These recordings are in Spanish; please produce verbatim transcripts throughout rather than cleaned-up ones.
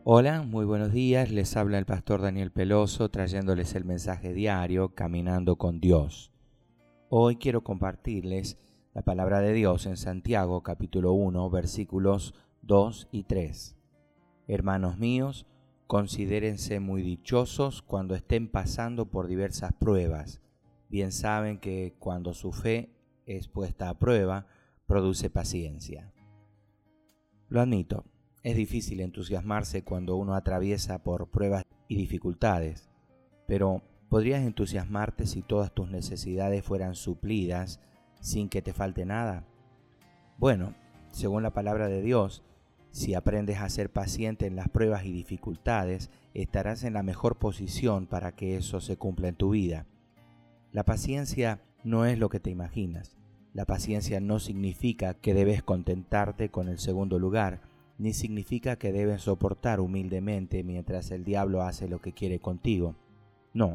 Hola, muy buenos días. Les habla el pastor Daniel Peloso trayéndoles el mensaje diario Caminando con Dios. Hoy quiero compartirles la palabra de Dios en Santiago capítulo uno versículos dos y tres. Hermanos míos, considérense muy dichosos cuando estén pasando por diversas pruebas. Bien saben que cuando su fe es puesta a prueba, produce paciencia. Lo admito. Es difícil entusiasmarse cuando uno atraviesa por pruebas y dificultades, pero ¿podrías entusiasmarte si todas tus necesidades fueran suplidas sin que te falte nada? Bueno, según la palabra de Dios, si aprendes a ser paciente en las pruebas y dificultades, estarás en la mejor posición para que eso se cumpla en tu vida. La paciencia no es lo que te imaginas. La paciencia no significa que debes contentarte con el segundo lugar, ni significa que debes soportar humildemente mientras el diablo hace lo que quiere contigo. No,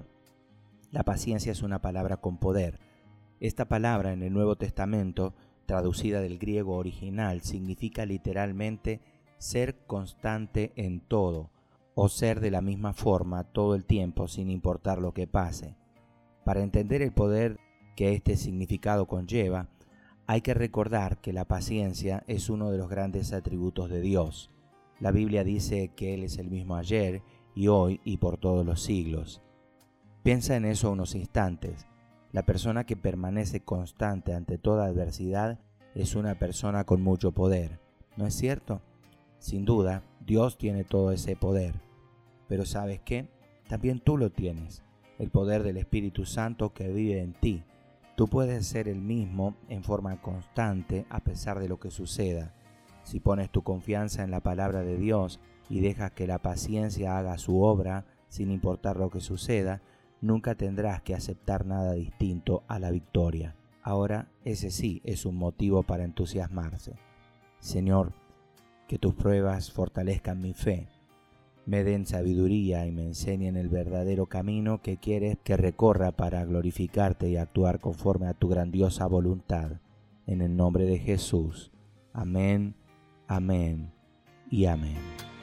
la paciencia es una palabra con poder. Esta palabra en el Nuevo Testamento, traducida del griego original, significa literalmente ser constante en todo, o ser de la misma forma todo el tiempo sin importar lo que pase. Para entender el poder que este significado conlleva, hay que recordar que la paciencia es uno de los grandes atributos de Dios. La Biblia dice que Él es el mismo ayer y hoy y por todos los siglos. Piensa en eso unos instantes. La persona que permanece constante ante toda adversidad es una persona con mucho poder, ¿no es cierto? Sin duda, Dios tiene todo ese poder. Pero ¿sabes qué? También tú lo tienes, el poder del Espíritu Santo que vive en ti. Tú puedes ser el mismo en forma constante a pesar de lo que suceda. Si pones tu confianza en la palabra de Dios y dejas que la paciencia haga su obra sin importar lo que suceda, nunca tendrás que aceptar nada distinto a la victoria. Ahora, ese sí es un motivo para entusiasmarse. Señor, que tus pruebas fortalezcan mi fe, me den sabiduría y me enseñen el verdadero camino que quieres que recorra para glorificarte y actuar conforme a tu grandiosa voluntad. En el nombre de Jesús. Amén, amén y amén.